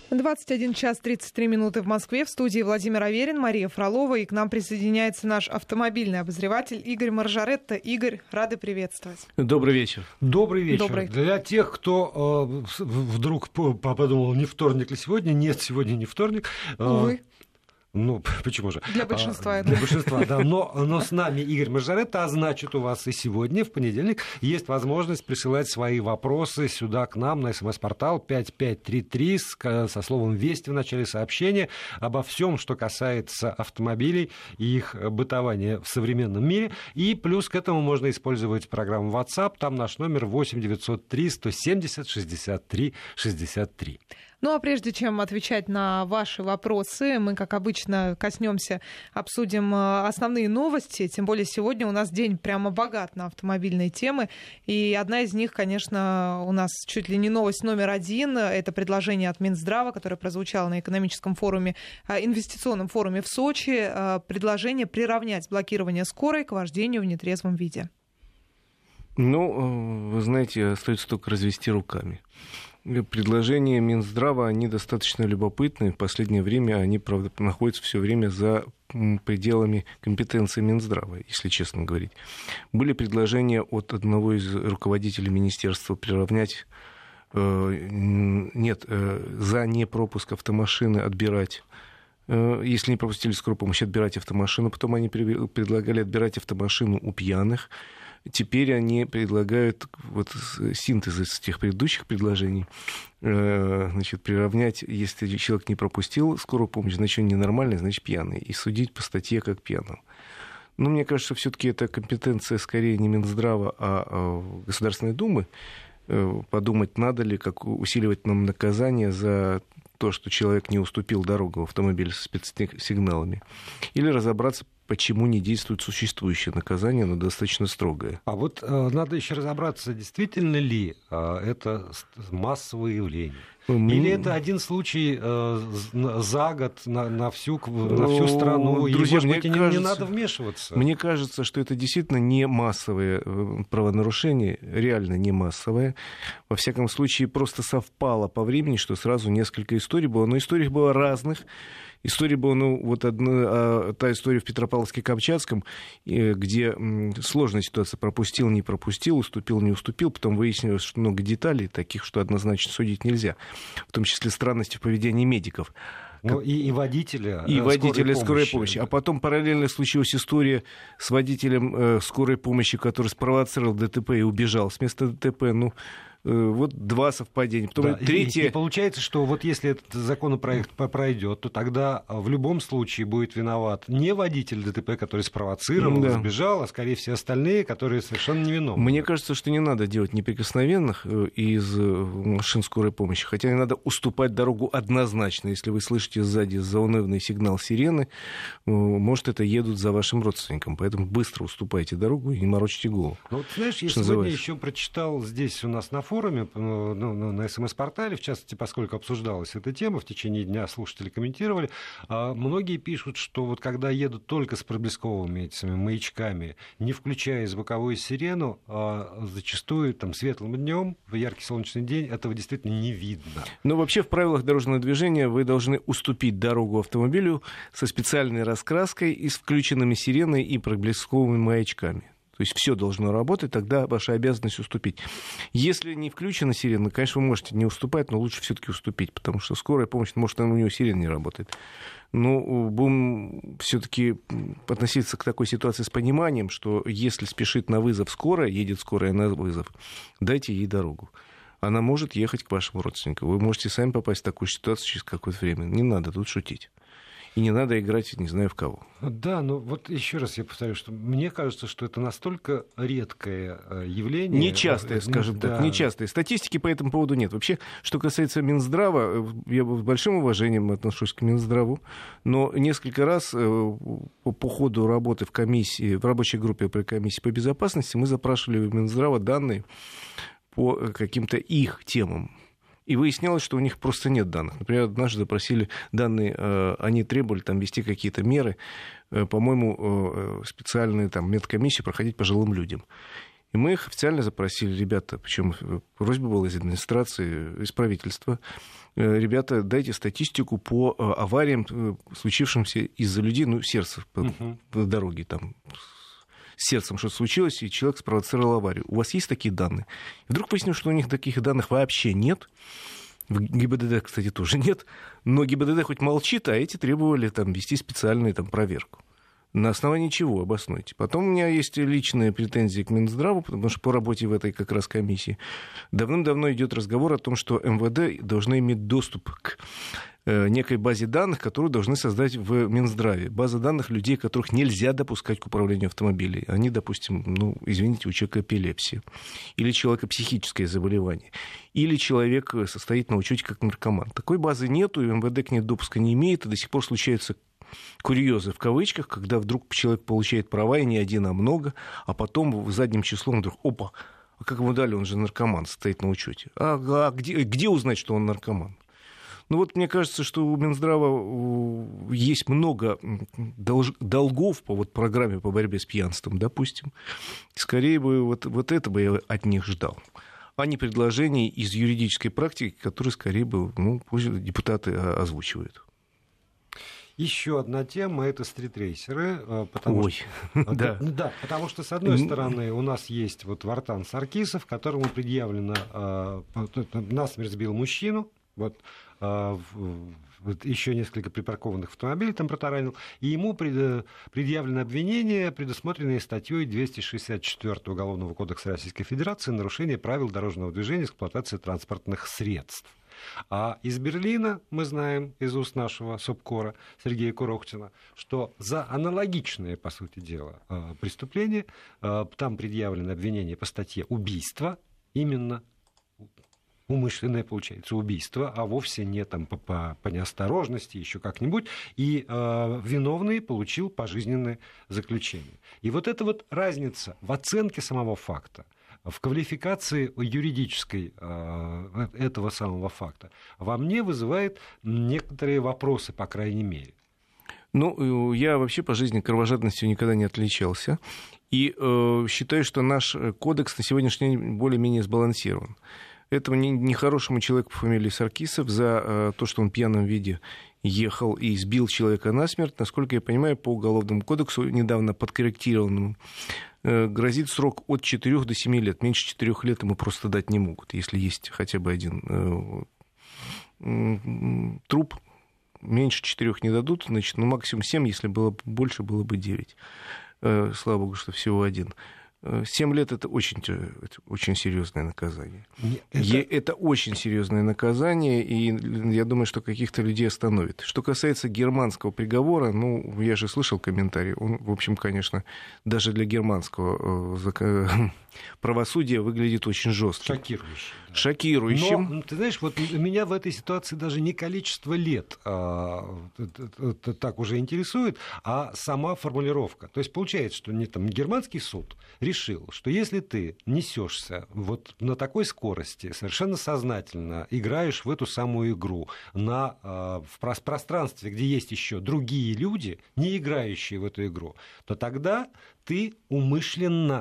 21 час 33 минуты в Москве. В студии Владимир Аверин, Мария Фролова. И к нам присоединяется наш автомобильный обозреватель Игорь Маржаретто. Игорь, рады приветствовать. Добрый вечер. Добрый вечер. Добрый. Для тех, кто вдруг подумал, не вторник ли сегодня. Нет, сегодня не вторник. Увы. Ну, почему же? Для большинства. Для большинства, да. Но с нами Игорь Маржаретто, а значит, у вас и сегодня, в понедельник, есть возможность присылать свои вопросы сюда к нам на СМС-портал 5533 со словом «Вести» в начале сообщения обо всем, что касается автомобилей и их бытования в современном мире. И плюс к этому можно использовать программу WhatsApp. Там наш номер 8 903 170 63 63. Ну а прежде чем отвечать на ваши вопросы, мы, как обычно, обсудим основные новости. Тем более сегодня у нас день прямо богат на автомобильные темы. И одна из них, конечно, у нас чуть ли не новость номер один. Это предложение от Минздрава, которое прозвучало на экономическом форуме, инвестиционном форуме в Сочи. Предложение приравнять блокирование скорой к вождению в нетрезвом виде. Ну, вы знаете, остается только развести руками. Предложения Минздрава, они достаточно любопытны. В последнее время они, правда, находятся все время за пределами компетенции Минздрава, если честно говорить. Были предложения от одного из руководителей министерства приравнять, за непропуск автомашины отбирать. Если не пропустили скорую помощь, отбирать автомашину. Потом они предлагали отбирать автомашину у пьяных. Теперь они предлагают синтез из тех предыдущих предложений, приравнять, если человек не пропустил скорую помощь, значит, он ненормальный, значит, пьяный, и судить по статье как пьяным. Но мне кажется, все-таки это компетенция скорее не Минздрава, а Государственной Думы. Подумать, надо ли как усиливать нам наказание за то, что человек не уступил дорогу в автомобиле со спецсигналами, или разобраться, почему не действует существующее наказание, но достаточно строгое. А вот надо еще разобраться, действительно ли это массовое явление. Или это один случай за год на всю страну, друзья, и, может быть, не надо вмешиваться? Мне кажется, что это действительно не массовое правонарушение, реально не массовое. Во всяком случае, просто совпало по времени, что сразу несколько историй было. Но историй было разных. История была, та история в Петропавловске-Камчатском, где сложная ситуация: пропустил, не пропустил, уступил, не уступил. Потом выяснилось, что много деталей таких, что однозначно судить нельзя. В том числе странности в поведении медиков. И водителя скорой помощи. А потом параллельно случилась история с водителем скорой помощи, который спровоцировал ДТП и убежал с места ДТП. Вот два совпадения. Потом третье... И получается, что вот если этот законопроект пройдет, то тогда в любом случае будет виноват не водитель ДТП, который спровоцировал, сбежал, а скорее все остальные, которые совершенно невиновны. Мне кажется, что не надо делать неприкосновенных из машин скорой помощи, хотя не надо уступать дорогу однозначно. Если вы слышите сзади заунывный сигнал сирены, может, это едут за вашим родственником, поэтому быстро уступайте дорогу и не морочите голову. Знаешь, я сегодня еще прочитал здесь у нас на форуме, на СМС-портале, в частности, поскольку обсуждалась эта тема, в течение дня слушатели комментировали, многие пишут, что вот когда едут только с проблесковыми этими маячками, не включая звуковую сирену, зачастую светлым днем, в яркий солнечный день, этого действительно не видно. Но вообще в правилах дорожного движения вы должны уступить дорогу автомобилю со специальной раскраской и с включенными сиреной и проблесковыми маячками. То есть все должно работать, тогда ваша обязанность уступить. Если не включена сирена, конечно, вы можете не уступать, но лучше все-таки уступить, потому что скорая помощь, может, у него сирена не работает. Но будем все-таки относиться к такой ситуации с пониманием, что если спешит на вызов скорая, едет скорая на вызов, дайте ей дорогу. Она может ехать к вашему родственнику. Вы можете сами попасть в такую ситуацию через какое-то время. Не надо тут шутить. И не надо играть, не знаю, в кого. Да, но вот еще раз я повторю, что мне кажется, что это настолько редкое явление. Нечастое, скажем так, нечастое. Статистики по этому поводу нет. Вообще, что касается Минздрава, я с большим уважением отношусь к Минздраву, но несколько раз по ходу работы в комиссии, в рабочей группе при комиссии по безопасности мы запрашивали у Минздрава данные по каким-то их темам. И выяснялось, что у них просто нет данных. Например, однажды запросили данные, они требовали ввести какие-то меры, по-моему, специальную медкомиссию проходить пожилым людям. И мы их официально запросили, ребята, причем просьба была из администрации, из правительства, ребята, дайте статистику по авариям, случившимся из-за людей, сердце по дороге, там, с сердцем что-то случилось, и человек спровоцировал аварию. У вас есть такие данные? И вдруг выяснилось, что у них таких данных вообще нет. В ГИБДД, кстати, тоже нет. Но ГИБДД хоть молчит, а эти требовали там, вести специальную проверку. На основании чего? Обоснуйте. Потом у меня есть личные претензии к Минздраву, потому что по работе в этой как раз комиссии давным-давно идет разговор о том, что МВД должны иметь доступ к некой базе данных, которую должны создать в Минздраве. База данных людей, которых нельзя допускать к управлению автомобилем. Они, допустим, извините, у человека эпилепсия, или человека психическое заболевание, или человек состоит на учете как наркоман. Такой базы нету, и МВД к ней допуска не имеет, и до сих пор случаются курьезы в кавычках, когда вдруг человек получает права, и не один, а много, а потом задним числом вдруг, опа, а как ему дали, он же наркоман, стоит на учете. А где узнать, что он наркоман? Мне кажется, что у Минздрава есть много долгов по программе по борьбе с пьянством, допустим. Скорее бы вот это бы я от них ждал, а не предложений из юридической практики, которые скорее бы пусть депутаты озвучивают. Еще одна тема — это стритрейсеры. Да, потому что, с одной стороны, у нас есть Вартан Саркисов, которому предъявлено, насмерть сбил мужчину, еще несколько припаркованных автомобилей там протаранил, и ему предъявлено обвинение, предусмотренное статьей 264 Уголовного кодекса Российской Федерации «Нарушение правил дорожного движения, эксплуатации транспортных средств». А из Берлина мы знаем из уст нашего СОБКОРа Сергея Курохтина, что за аналогичное, по сути дела, преступление там предъявлено обвинение по статье «Убийство», именно умышленное, получается, убийство, а вовсе не по неосторожности, еще как-нибудь, и виновный получил пожизненное заключение. И эта разница в оценке самого факта, в квалификации юридической этого самого факта во мне вызывает некоторые вопросы, по крайней мере. Я вообще по жизни кровожадностью никогда не отличался. И считаю, что наш кодекс на сегодняшний день более-менее сбалансирован. Этому нехорошему человеку по фамилии Саркисов за то, что он в пьяном виде ехал и сбил человека насмерть, насколько я понимаю, по Уголовному кодексу, недавно подкорректированному, грозит срок от 4 до 7 лет. Меньше 4 лет ему просто дать не могут, если есть хотя бы один труп. Меньше 4 не дадут, значит, максимум 7, если было бы больше, было бы 9. Слава богу, что всего один. 7 лет — это очень серьезное наказание. Это очень серьезное наказание, и я думаю, что каких-то людей остановит. Что касается германского приговора, я же слышал комментарий, он, в общем, конечно, даже для германского правосудия выглядит очень жестко. Шокирующим. Но, ты знаешь, меня в этой ситуации даже не количество лет так уже интересует, а сама формулировка. То есть получается, что германский суд решил, что если ты несешься на такой скорости, совершенно сознательно играешь в эту самую игру в пространстве, где есть еще другие люди, не играющие в эту игру, то тогда ты умышленно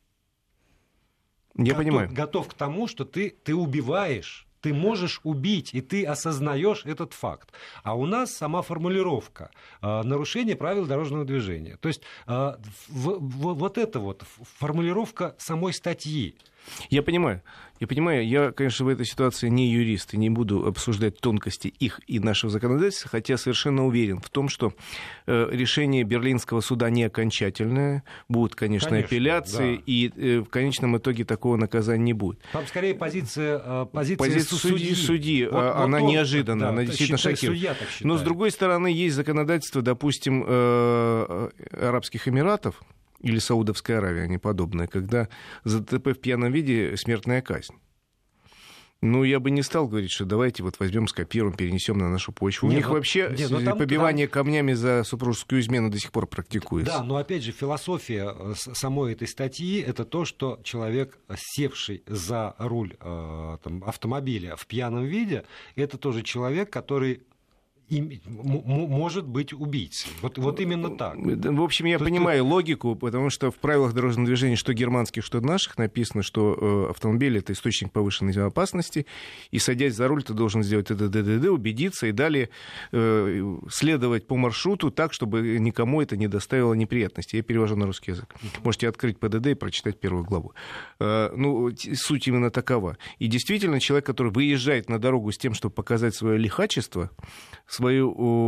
готов к тому, что ты убиваешь. Ты можешь убить, и ты осознаешь этот факт. А у нас сама формулировка нарушение правил дорожного движения. То есть эта формулировка самой статьи. Я понимаю. Я, конечно, в этой ситуации не юрист и не буду обсуждать тонкости их и нашего законодательства, хотя совершенно уверен в том, что решение Берлинского суда не окончательное. Будут, конечно, апелляции, да. И в конечном итоге такого наказания не будет. Там скорее позиция судьи, она неожиданная, да, она действительно шокирует. Но, с другой стороны, есть законодательство, допустим, Арабских Эмиратов, или Саудовской Аравии, они подобные, когда за ДТП в пьяном виде смертная казнь. Я бы не стал говорить, что давайте возьмем, скопируем, перенесем на нашу почву. У них вообще побивание камнями за супружескую измену до сих пор практикуется. Да, но опять же, философия самой этой статьи — это то, что человек, севший за руль автомобиля в пьяном виде, это тоже человек, который может быть убийцей. Вот именно так. В общем, я понимаю логику, потому что в правилах дорожного движения, что германских, что наших, написано, что автомобиль — это источник повышенной опасности, и, садясь за руль, ты должен сделать это ДДД, убедиться, и далее следовать по маршруту так, чтобы никому это не доставило неприятностей. Я перевожу на русский язык. Можете открыть ПДД и прочитать первую главу. Суть именно такова. И действительно, человек, который выезжает на дорогу с тем, чтобы показать свое лихачество, свое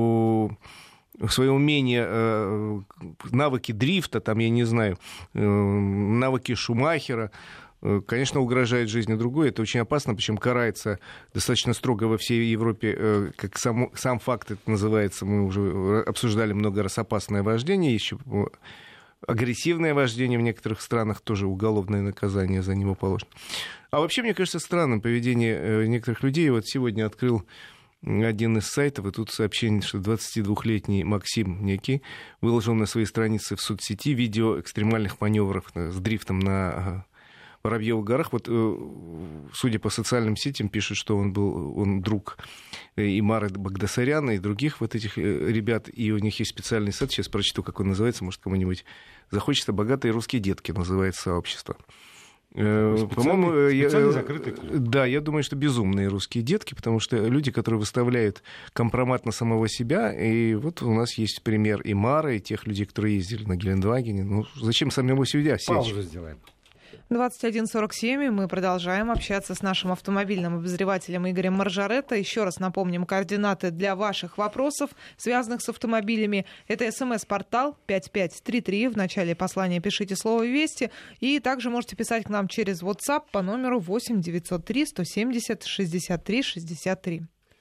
умение, навыки дрифта, там, я не знаю, навыки Шумахера, конечно, угрожает жизни другой. Это очень опасно, причем карается достаточно строго во всей Европе, как сам факт это называется. Мы уже обсуждали много раз опасное вождение, еще агрессивное вождение в некоторых странах, тоже уголовное наказание за него положено. А вообще, мне кажется, странным поведение некоторых людей. Вот сегодня открыл один из сайтов, и тут сообщение, что 22-летний Максим некий выложил на своей странице в соцсети видео экстремальных маневров с дрифтом на Воробьевых горах. Вот, судя по социальным сетям, пишут, что он друг и Мары Багдасаряна, и других вот этих ребят, и у них есть специальный сайт, сейчас прочту, как он называется, может, кому-нибудь захочется. «Богатые русские детки» называется сообщество. По-моему, закрытый клуб. Да, я думаю, что безумные русские детки, потому что люди, которые выставляют компромат на самого себя, и вот у нас есть пример и Мары, и тех людей, которые ездили на Гелендвагене. Ну, зачем самому себя сечь? Паузу сделаем. 21:47, мы продолжаем общаться с нашим автомобильным обозревателем Игорем Маржаретто. Еще раз напомним координаты для ваших вопросов, связанных с автомобилями. Это СМС-портал 5533. В начале послания пишите слово «Вести». И также можете писать к нам через WhatsApp по номеру 8 903 170 63 63.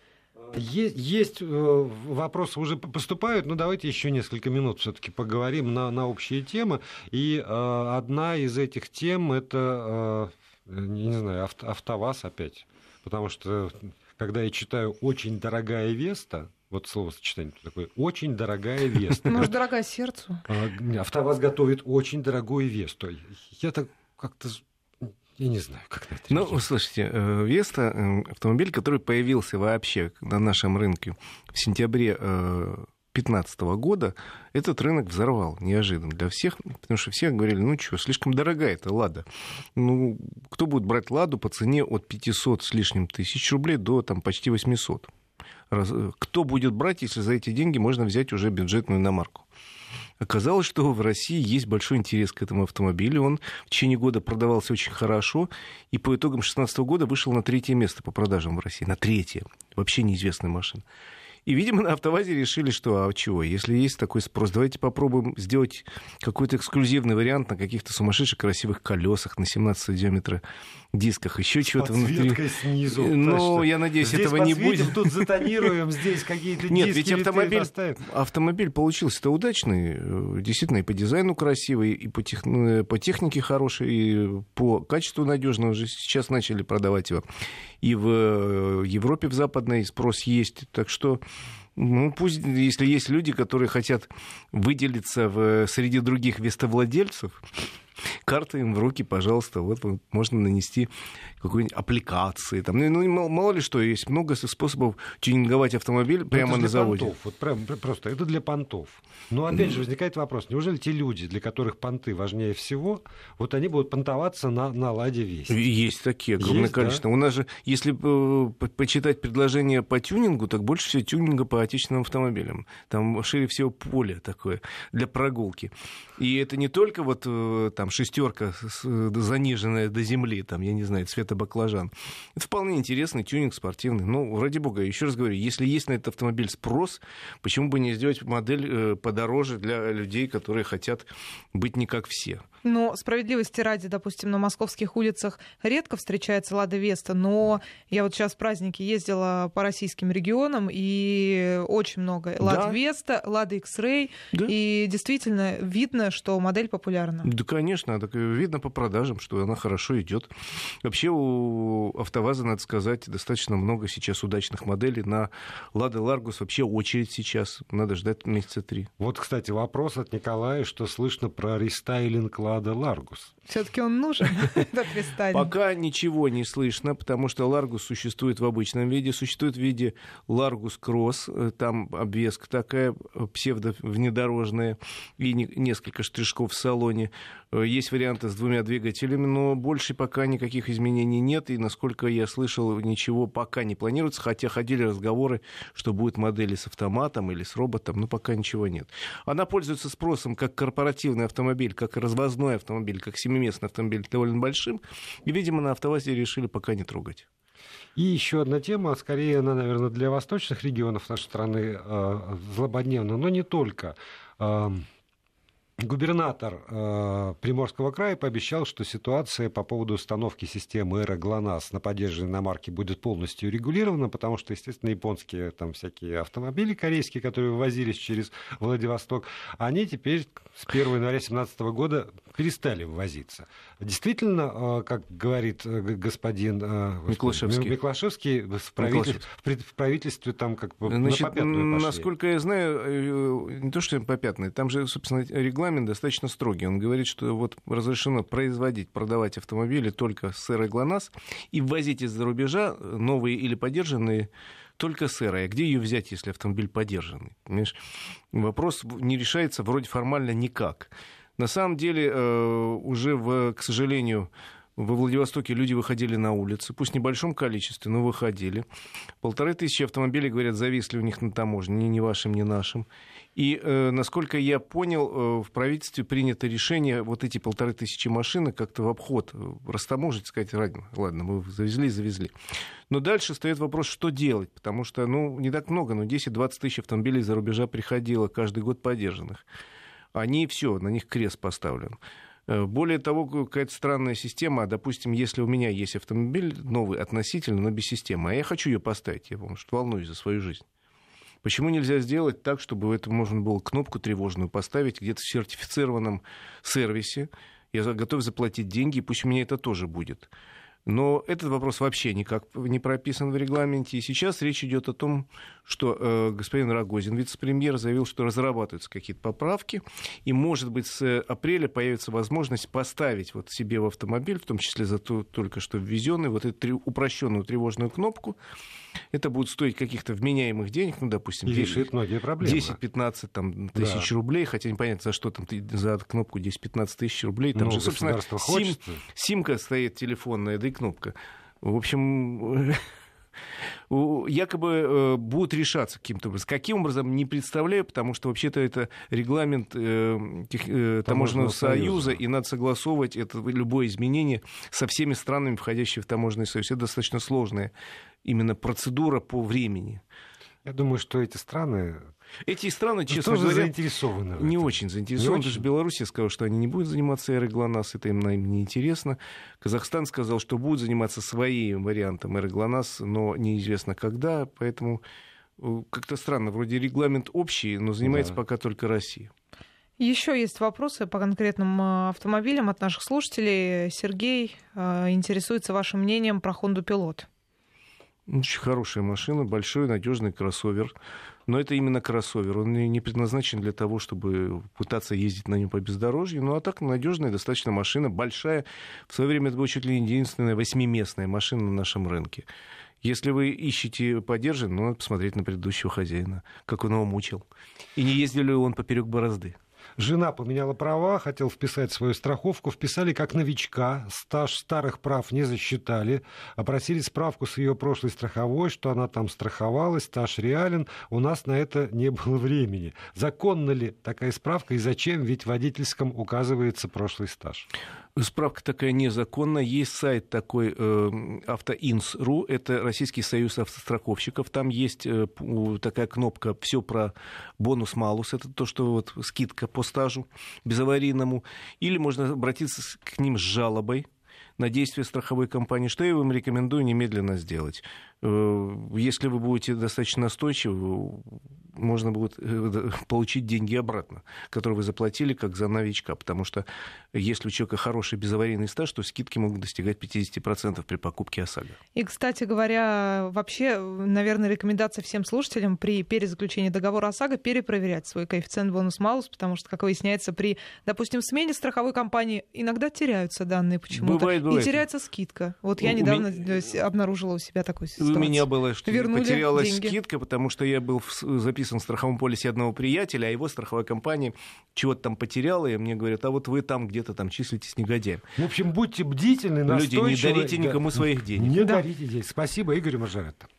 Есть вопросы, уже поступают, но давайте еще несколько минут все-таки поговорим на общие темы. И одна из этих тем — это, не знаю, АвтоВАЗ опять. Потому что, когда я читаю «очень дорогая Веста», вот словосочетание такое, «очень дорогая Веста». Может, дорогая сердцу? АвтоВАЗ готовит очень дорогую Весту. Я так как-то... Я не знаю, как на это реагировать. Ну, слушайте, Веста — автомобиль, который появился вообще на нашем рынке в сентябре 2015 года. Этот рынок взорвал неожиданно для всех, потому что все говорили, ну что, слишком дорогая эта «Лада». Ну, кто будет брать «Ладу» по цене от 500 с лишним тысяч рублей до там, почти 800? Кто будет брать, если за эти деньги можно взять уже бюджетную иномарку? Оказалось, что в России есть большой интерес к этому автомобилю. Он в течение года продавался очень хорошо, и по итогам 2016 года вышел на 3-е место по продажам в России. На 3-е. Вообще неизвестная машина. И, видимо, на АвтоВАЗе решили, что, а чего, если есть такой спрос, давайте попробуем сделать какой-то эксклюзивный вариант на каких-то сумасшедших красивых колесах, на 17 диаметра дисках, еще чего-то внутри. Снизу. Ну, я надеюсь, здесь этого не будет. Тут затонируем, здесь какие-то диски. Нет, ведь автомобиль получился-то удачный, действительно, и по дизайну красивый, и по технике хороший, и по качеству надежный. Уже сейчас начали продавать его. И в Европе, в западной, спрос есть. Так что, ну, пусть, если есть люди, которые хотят выделиться среди других вестовладельцев, карты им в руки, пожалуйста, вот можно нанести какой-нибудь аппликации. Там, ну, мало ли что, есть много способов тюнинговать автомобиль прямо на заводе. Понтов, вот просто это для понтов. Но опять же возникает вопрос, неужели те люди, для которых понты важнее всего, вот они будут понтоваться на «Ладе Веста»? Есть такие огромное количество. Да? У нас же, если почитать предложения по тюнингу, так больше всего тюнинга по отечественным автомобилям. Там шире всего поле такое для прогулки. И это не только вот там шестерка заниженная до земли, там, я не знаю, цвета баклажан. Это вполне интересный тюнинг спортивный. Ну, ради бога, еще раз говорю, если есть на этот автомобиль спрос, почему бы не сделать модель подороже для людей, которые хотят быть не как все? Но справедливости ради, допустим, на московских улицах редко встречается «Лада Веста», но я вот сейчас в праздники ездила по российским регионам, и очень много «Лада Веста», «Лада X-Ray», да. И действительно видно, что модель популярна. Да, конечно, так видно по продажам, что она хорошо идет. Вообще у АвтоВАЗа, надо сказать, достаточно много сейчас удачных моделей. На «Лада Ларгус» вообще очередь сейчас, надо ждать месяца 3. Вот, кстати, вопрос от Николая, что слышно про рестайлинг «Лады Лада Ларгус. Все-таки он нужен, этот рестайлинг? Пока ничего не слышно, потому что Ларгус существует в обычном виде, существует в виде Ларгус Кросс, там обвеска такая псевдовнедорожная и несколько штришков в салоне. Есть варианты с 2 двигателями, но больше пока никаких изменений нет, и, насколько я слышал, ничего пока не планируется, хотя ходили разговоры, что будут модели с автоматом или с роботом, но пока ничего нет. Она пользуется спросом как корпоративный автомобиль, как развозной автомобиль, как семиместный автомобиль довольно большим, и, видимо, на АвтоВАЗе решили пока не трогать. И еще одна тема, скорее она, наверное, для восточных регионов нашей страны злободневна, но не только. Губернатор Приморского края пообещал, что ситуация по поводу установки системы Эра ГЛОНАСС на поддержанной иномарке будет полностью урегулирована, потому что, естественно, японские там всякие автомобили корейские, которые вывозились через Владивосток, они теперь с 1 января 2017 года перестали ввозиться. Действительно, как говорит господин Миклашевский, в правительстве там как бы на попятную пошли. Насколько я знаю, не то что попятные, там же, собственно, регламент достаточно строгий. Он говорит, что вот разрешено производить, продавать автомобили только с эрой ГЛОНАСС и ввозить из-за рубежа новые или подержанные только с эрой. А где ее взять, если автомобиль подержанный? Понимаешь? Вопрос не решается вроде формально никак. На самом деле уже, к сожалению, во Владивостоке люди выходили на улицы, пусть в небольшом количестве, но выходили. 1500 автомобилей, говорят, зависли у них на таможне, ни вашим, ни нашим. И, насколько я понял, в правительстве принято решение вот эти 1500 машин как-то в обход растаможить, сказать, ладно, мы завезли. Но дальше встает вопрос, что делать, потому что, не так много, но 10-20 тысяч автомобилей из-за рубежа приходило каждый год подержанных. Они все, на них крест поставлен. Более того, какая-то странная система. Допустим, если у меня есть автомобиль новый относительно, но без системы, а я хочу ее поставить, я потому что волнуюсь за свою жизнь. Почему нельзя сделать так, чтобы это можно было кнопку тревожную поставить где-то в сертифицированном сервисе? Я готов заплатить деньги, пусть у меня это тоже будет. Но этот вопрос вообще никак не прописан в регламенте. И сейчас речь идет о том, что господин Рогозин, вице-премьер, заявил, что разрабатываются какие-то поправки. И, может быть, с апреля появится возможность поставить вот себе в автомобиль, в том числе за только что ввезенный, вот эту упрощенную тревожную кнопку. Это будет стоить каких-то вменяемых денег, допустим, 10-15 тысяч рублей, хотя непонятно, за что там за кнопку 10-15 тысяч рублей. Там же, собственно, симка стоит телефонная, да и кнопка. В общем, якобы будут решаться каким-то образом. Каким образом, не представляю, потому что вообще-то это регламент Таможенного союза, и надо согласовывать это любое изменение со всеми странами, входящими в Таможенный союз. Это достаточно сложная именно процедура по времени. Я думаю, что эти страны, честно говоря, заинтересованы не очень заинтересованы. Потому что Белоруссия сказала, что они не будут заниматься эрой ГЛОНАСС, это им не интересно. Казахстан сказал, что будет заниматься своим вариантом эры ГЛОНАСС, но неизвестно когда. Поэтому как-то странно. Вроде регламент общий, но занимается пока только Россия. Еще есть вопросы по конкретным автомобилям от наших слушателей. Сергей интересуется вашим мнением про Хонду Пилот. Очень хорошая машина, большой, надежный кроссовер. Но это именно кроссовер. Он не предназначен для того, чтобы пытаться ездить на нем по бездорожью. Ну, а так надежная достаточно машина, большая. В свое время это была чуть ли не единственная 8-местная машина на нашем рынке. Если вы ищете подержанный, надо посмотреть на предыдущего хозяина, как он его мучил. И не ездил ли он поперек борозды. Жена поменяла права, хотел вписать свою страховку, вписали как новичка, стаж старых прав не засчитали, опросили справку с ее прошлой страховой, что она там страховалась, стаж реален, у нас на это не было времени. Законна ли такая справка и зачем, ведь в водительском указывается прошлый стаж? Справка такая незаконна. Есть сайт такой автоинс.ру, это Российский союз автостраховщиков. Там есть такая кнопка «Все про бонус-малус». Это то, что вот скидка по стажу безаварийному. Или можно обратиться к ним с жалобой на действия страховой компании, что я вам рекомендую немедленно сделать. Если вы будете достаточно настойчивы, можно будет получить деньги обратно, которые вы заплатили как за новичка. Потому что если у человека хороший безаварийный стаж, то скидки могут достигать 50% при покупке ОСАГО. И, кстати говоря, вообще, наверное, рекомендация всем слушателям при перезаключении договора ОСАГО перепроверять свой коэффициент бонус-малус, потому что, как выясняется, при, допустим, смене страховой компании иногда теряются данные почему-то. Бывает. И теряется скидка. Вот я недавно обнаружила у себя такую ситуацию. У меня было, что потерялась деньги. скидка, потому что я был записан в страховом полисе одного приятеля, а его страховая компания чего-то там потеряла, и мне говорят, а вот вы там где-то там числитесь негодяем. В общем, будьте бдительны, настойчивы. Люди, не дарите никому своих денег. Не дарите денег. Спасибо, Игорь Маржаретта.